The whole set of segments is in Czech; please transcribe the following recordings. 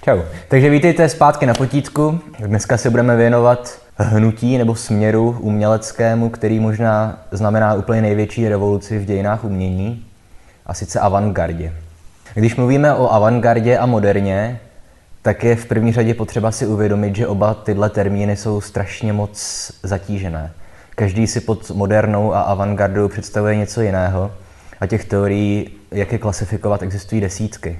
Čau. Takže vítejte zpátky na potítku. Dneska se budeme věnovat hnutí nebo směru uměleckému, který možná znamená úplně největší revoluci v dějinách umění, a sice avantgardě. Když mluvíme o avantgardě a moderně, tak je v první řadě potřeba si uvědomit, že oba tyhle termíny jsou strašně moc zatížené. Každý si pod modernou a avantgardou představuje něco jiného a těch teorií, jak je klasifikovat, existují desítky.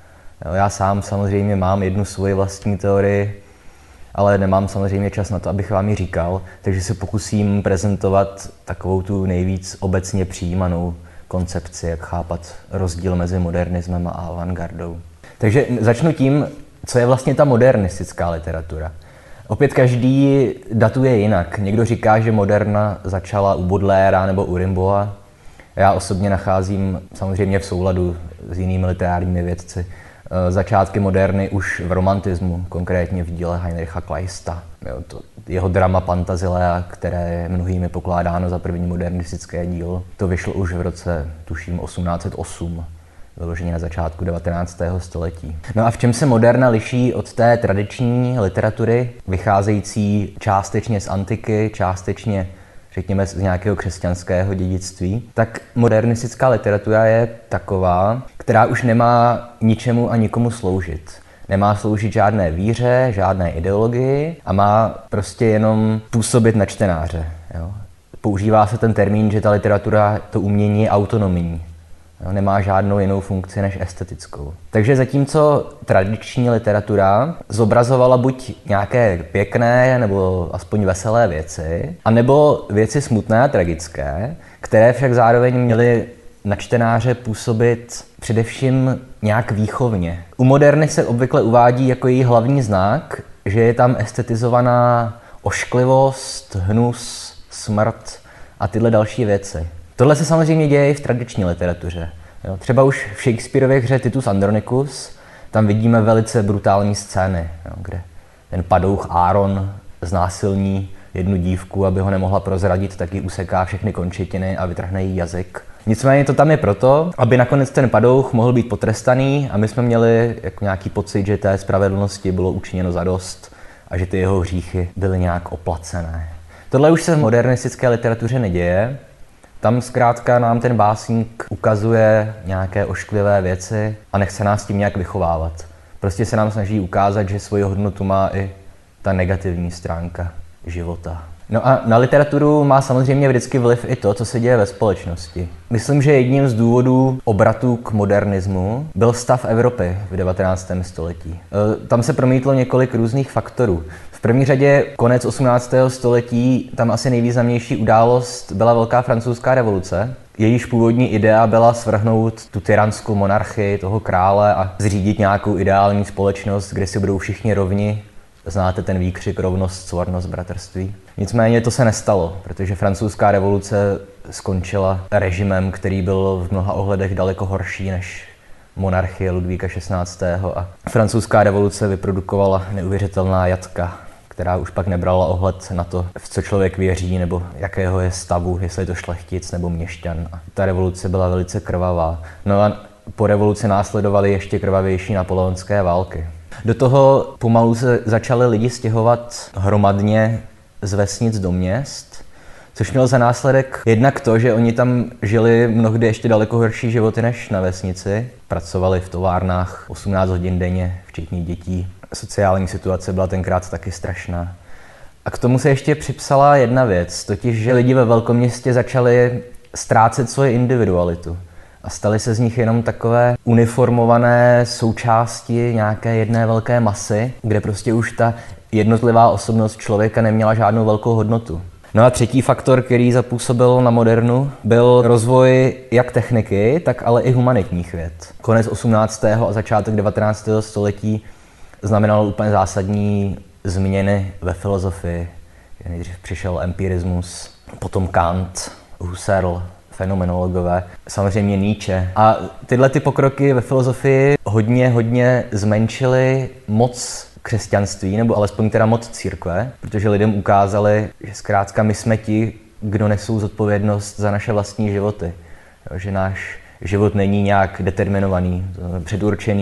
Já sám samozřejmě mám jednu svoji vlastní teorii, ale nemám samozřejmě čas na to, abych vám ji říkal, takže se pokusím prezentovat takovou tu nejvíc obecně přijímanou koncepci, jak chápat rozdíl mezi modernismem a avantgardou. Takže začnu tím, co je vlastně ta modernistická literatura. Opět každý datuje jinak. Někdo říká, že moderna začala u Baudelaira nebo u Rimbaua. Já osobně nacházím samozřejmě v souladu s jinými literárními vědci začátky moderny už v romantismu, konkrétně v díle Heinricha Kleista. Jeho drama Pantazilea, které je mnohými pokládáno za první modernistické dílo, to vyšlo už v roce, tuším, 1808, vyloženě na začátku 19. století. No a v čem se moderna liší od té tradiční literatury, vycházející částečně z antiky, částečně řekněme z nějakého křesťanského dědictví, tak modernistická literatura je taková, která už nemá ničemu a nikomu sloužit. Nemá sloužit žádné víře, žádné ideologii a má prostě jenom působit na čtenáře. Jo? Používá se ten termín, že ta literatura, to umění je autonomní. Jo? Nemá žádnou jinou funkci než estetickou. Takže zatímco tradiční literatura zobrazovala buď nějaké pěkné nebo aspoň veselé věci, anebo věci smutné a tragické, které však zároveň měly na čtenáře působit především nějak výchovně. U moderny se obvykle uvádí jako její hlavní znak, že je tam estetizovaná ošklivost, hnus, smrt a tyhle další věci. Tohle se samozřejmě děje i v tradiční literatuře. Jo, třeba už v Shakespearově hře Titus Andronicus tam vidíme velice brutální scény, jo, kde ten padouch Áron znásilní jednu dívku, aby ho nemohla prozradit, tak ji useká všechny končetiny a vytrhne jí jazyk. Nicméně to tam je proto, aby nakonec ten padouch mohl být potrestaný a my jsme měli jako nějaký pocit, že té spravedlnosti bylo učiněno zadost a že ty jeho hříchy byly nějak oplacené. Tohle už se v modernistické literatuře neděje. Tam zkrátka nám ten básník ukazuje nějaké ošklivé věci a nechce nás tím nějak vychovávat. Prostě se nám snaží ukázat, že svoji hodnotu má i ta negativní stránka života. No a na literaturu má samozřejmě vždycky vliv i to, co se děje ve společnosti. Myslím, že jedním z důvodů obratu k modernismu byl stav Evropy v 19. století. Tam se promítlo několik různých faktorů. V první řadě konec 18. století, tam asi nejvýznamnější událost byla Velká francouzská revoluce. Jejíž původní idea byla svrhnout tu tyranskou monarchii, toho krále a zřídit nějakou ideální společnost, kde si budou všichni rovni. Znáte ten výkřik rovnost, svornost, bratrství. Nicméně to se nestalo, protože francouzská revoluce skončila režimem, který byl v mnoha ohledech daleko horší než monarchie Ludvíka XVI. A francouzská revoluce vyprodukovala neuvěřitelná jatka, která už pak nebrala ohled na to, v co člověk věří nebo jakého je stavu, jestli je to šlechtic nebo měšťan. A ta revoluce byla velice krvavá. No a po revoluci následovaly ještě krvavější napoleonské války. Do toho pomalu se začali lidi stěhovat hromadně z vesnic do měst, což mělo za následek jednak to, že oni tam žili mnohdy ještě daleko horší životy než na vesnici. Pracovali v továrnách 18 hodin denně, včetně dětí. Sociální situace byla tenkrát taky strašná. A k tomu se ještě připsala jedna věc, totiž, že lidi ve velkoměstě začali ztrácet svoji individualitu. A staly se z nich jenom takové uniformované součásti nějaké jedné velké masy, kde prostě už ta jednotlivá osobnost člověka neměla žádnou velkou hodnotu. No a třetí faktor, který zapůsobil na modernu, byl rozvoj jak techniky, tak ale i humanitních věd. Konec 18. a začátek 19. století znamenalo úplně zásadní změny ve filozofii. Nejdřív přišel empirismus, potom Kant, Husserl, fenomenologové, samozřejmě Nietzsche. A tyhle ty pokroky ve filozofii hodně zmenšily moc křesťanství, nebo alespoň teda moc církve, protože lidem ukázali, že zkrátka my jsme ti, kdo nesou zodpovědnost za naše vlastní životy. Že náš život není nějak determinovaný, předurčený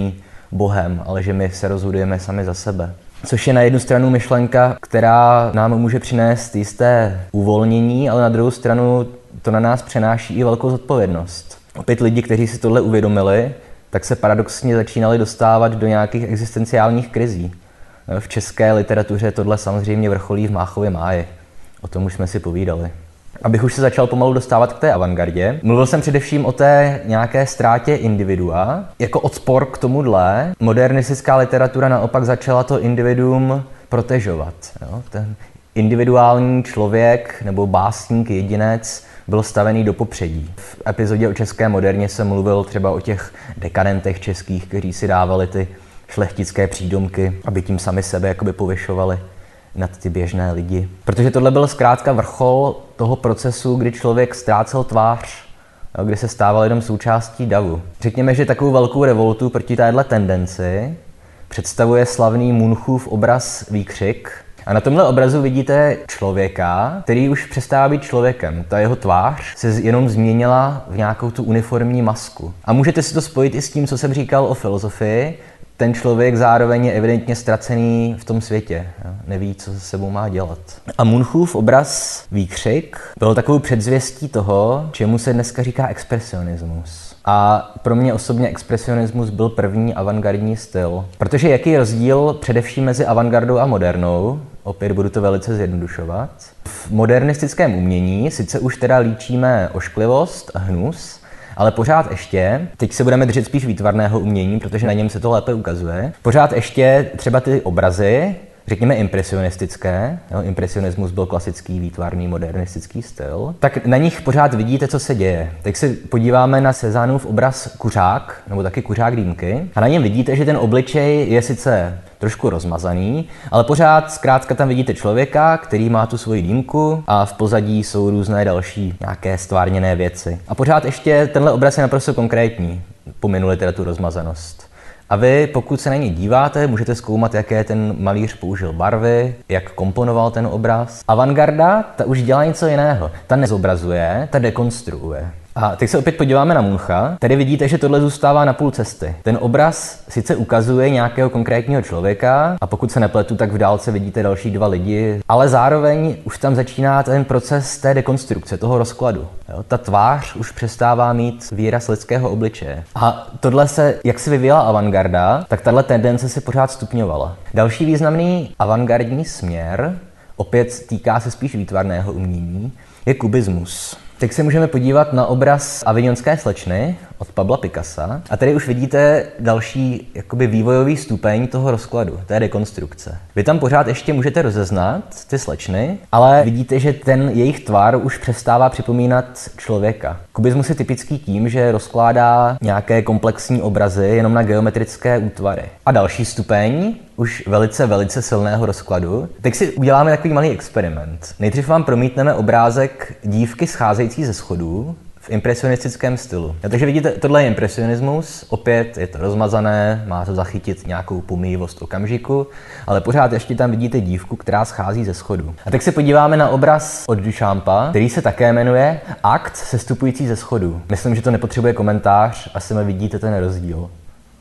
Bohem, ale že my se rozhodujeme sami za sebe. Což je na jednu stranu myšlenka, která nám může přinést jisté uvolnění, ale na druhou stranu to na nás přenáší i velkou zodpovědnost. Opět lidi, kteří si tohle uvědomili, tak se paradoxně začínali dostávat do nějakých existenciálních krizí. V české literatuře tohle samozřejmě vrcholí v Máchově máji. O tom už jsme si povídali. Abych už se začal pomalu dostávat k té avantgardě, mluvil jsem především o té nějaké ztrátě individua. Jako odpor k tomuhle modernistická literatura naopak začala to individuum protežovat. Jo? Ten individuální člověk nebo básník, jedinec byl stavený do popředí. V epizodě o české moderně jsem mluvil třeba o těch dekadentech českých, kteří si dávali ty šlechtické přídomky, aby tím sami sebe jakoby povyšovali nad ty běžné lidi. Protože tohle byl zkrátka vrchol toho procesu, kdy člověk ztrácel tvář, kdy se stával jenom součástí davu. Řekněme, že takovou velkou revoltu proti téhle tendenci představuje slavný Munchův obraz Výkřik. A na tomhle obrazu vidíte člověka, který už přestává být člověkem. Ta jeho tvář se jenom změnila v nějakou tu uniformní masku. A můžete si to spojit i s tím, co jsem říkal o filozofii. Ten člověk zároveň je evidentně ztracený v tom světě. Neví, co se sebou má dělat. A Munchův obraz Výkřik byl takovou předzvěstí toho, čemu se dneska říká expresionismus. A pro mě osobně expresionismus byl první avantgardní styl. Protože jaký je rozdíl především mezi avantgardou a modernou? Opět budu to velice zjednodušovat. V modernistickém umění sice už teda líčíme ošklivost a hnus, ale pořád ještě, teď se budeme držet spíš výtvarného umění, protože na něm se to lépe ukazuje, pořád ještě třeba ty obrazy, řekněme impresionistické, jo, impresionismus byl klasický výtvarný modernistický styl, tak na nich pořád vidíte, co se děje. Teď se podíváme na Cézannův obraz Kuřák, nebo taky Kuřák Dýmky, a na něm vidíte, že ten obličej je sice trošku rozmazaný, ale pořád zkrátka tam vidíte člověka, který má tu svoji dýmku a v pozadí jsou různé další nějaké stvárněné věci. A pořád ještě tenhle obraz je naprosto konkrétní, pominuli teda tu rozmazanost. A vy, pokud se na ně díváte, můžete zkoumat, jaké ten malíř použil barvy, jak komponoval ten obraz. Avantgarda, ta už dělá něco jiného. Ta nezobrazuje, ta dekonstruuje. A teď se opět podíváme na Muncha. Tady vidíte, že tohle zůstává na půl cesty. Ten obraz sice ukazuje nějakého konkrétního člověka a pokud se nepletu, tak v dálce vidíte další dva lidi, ale zároveň už tam začíná ten proces té dekonstrukce, toho rozkladu. Jo? Ta tvář už přestává mít výraz lidského obličeje. A tohle se, jak se vyvíjela avantgarda, tak tahle tendence se pořád stupňovala. Další významný avantgardní směr, opět týká se spíš výtvarného umění, je kubismus. Teď se můžeme podívat na obraz Avignonské slečny od Pabla Picassa. A tady už vidíte další jakoby vývojový stupeň toho rozkladu, té dekonstrukce. Vy tam pořád ještě můžete rozeznat ty slečny, ale vidíte, že ten jejich tvar už přestává připomínat člověka. Kubismus je typický tím, že rozkládá nějaké komplexní obrazy jenom na geometrické útvary. A další stupeň už velice silného rozkladu. Teď si uděláme takový malý experiment. Nejdřív vám promítneme obrázek dívky scházející ze schodů v impresionistickém stylu. Takže vidíte, tohle je impresionismus, opět je to rozmazané, má to zachytit nějakou pomíjivost okamžiku, ale pořád ještě tam vidíte dívku, která schází ze schodů. A teď se podíváme na obraz od Duchampa, který se také jmenuje Akt sestupující ze schodů. Myslím, že to nepotřebuje komentář, asi vidíte ten rozdíl.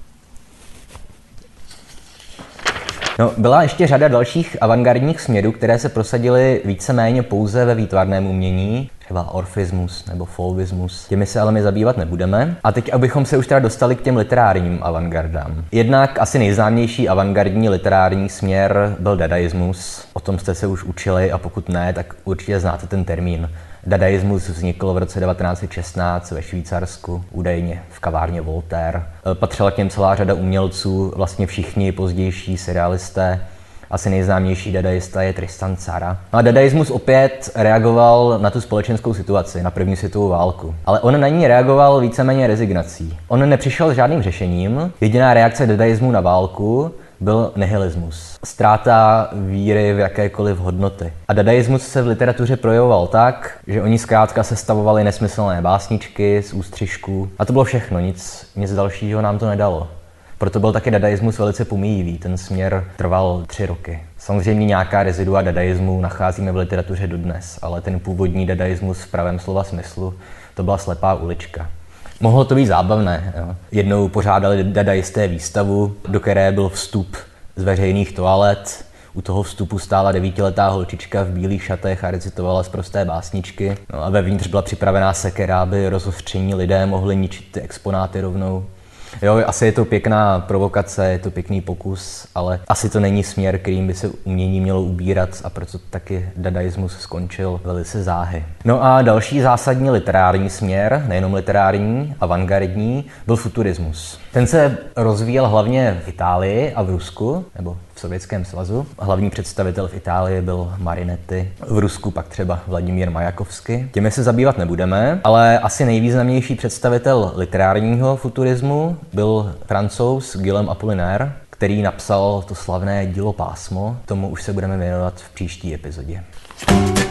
No, byla ještě řada dalších avantgardních směrů, které se prosadily víceméně pouze ve výtvarném umění, třeba orfismus nebo fauvismus. Těmi se ale my zabývat nebudeme. A teď, abychom se už teda dostali k těm literárním avantgardám. Jednak asi nejznámější avantgardní literární směr byl dadaismus. O tom jste se už učili a pokud ne, tak určitě znáte ten termín. Dadaismus vznikl v roce 1916 ve Švýcarsku, údajně v kavárně Voltaire. Patřila k něm celá řada umělců, vlastně všichni pozdější surrealisté. Asi nejznámější dadaista je Tristan Tzara. No a dadaismus opět reagoval na tu společenskou situaci, na první světovou válku. Ale on na ní reagoval víceméně rezignací. On nepřišel s žádným řešením. Jediná reakce dadaismu na válku byl nihilismus. Ztráta víry v jakékoliv hodnoty. A dadaismus se v literatuře projevoval tak, že oni zkrátka sestavovali nesmyslné básničky z ústřižků. A to bylo všechno, nic dalšího nám to nedalo. Proto byl taky dadaismus velice pomíjivý, ten směr trval 3 roky. Samozřejmě nějaká rezidua dadaismu nacházíme v literatuře dodnes, ale ten původní dadaismus v pravém slova smyslu, to byla slepá ulička. Mohlo to být zábavné. Jo. Jednou pořádali dadaisté výstavu, do které byl vstup z veřejných toalet. U toho vstupu stála 9letá holčička v bílých šatech a recitovala sprosté básničky. No a vevnitř byla připravená sekera, aby rozhořčení lidé mohli ničit ty exponáty rovnou. Jo, asi je to pěkná provokace, je to pěkný pokus, ale asi to není směr, kterým by se umění mělo ubírat, a proto taky dadaismus skončil velice záhy. No a další zásadní literární směr, nejenom literární, avantgardní, byl futurismus. Ten se rozvíjel hlavně v Itálii a v Rusku, nebo v Sovětském svazu. Hlavní představitel v Itálii byl Marinetti, v Rusku pak třeba Vladimír Majakovský. Těmi se zabývat nebudeme, ale asi nejvýznamnější představitel literárního futurismu byl Francouz Guillaume Apollinaire, který napsal to slavné dílo Pásmo. Tomu už se budeme věnovat v příští epizodě.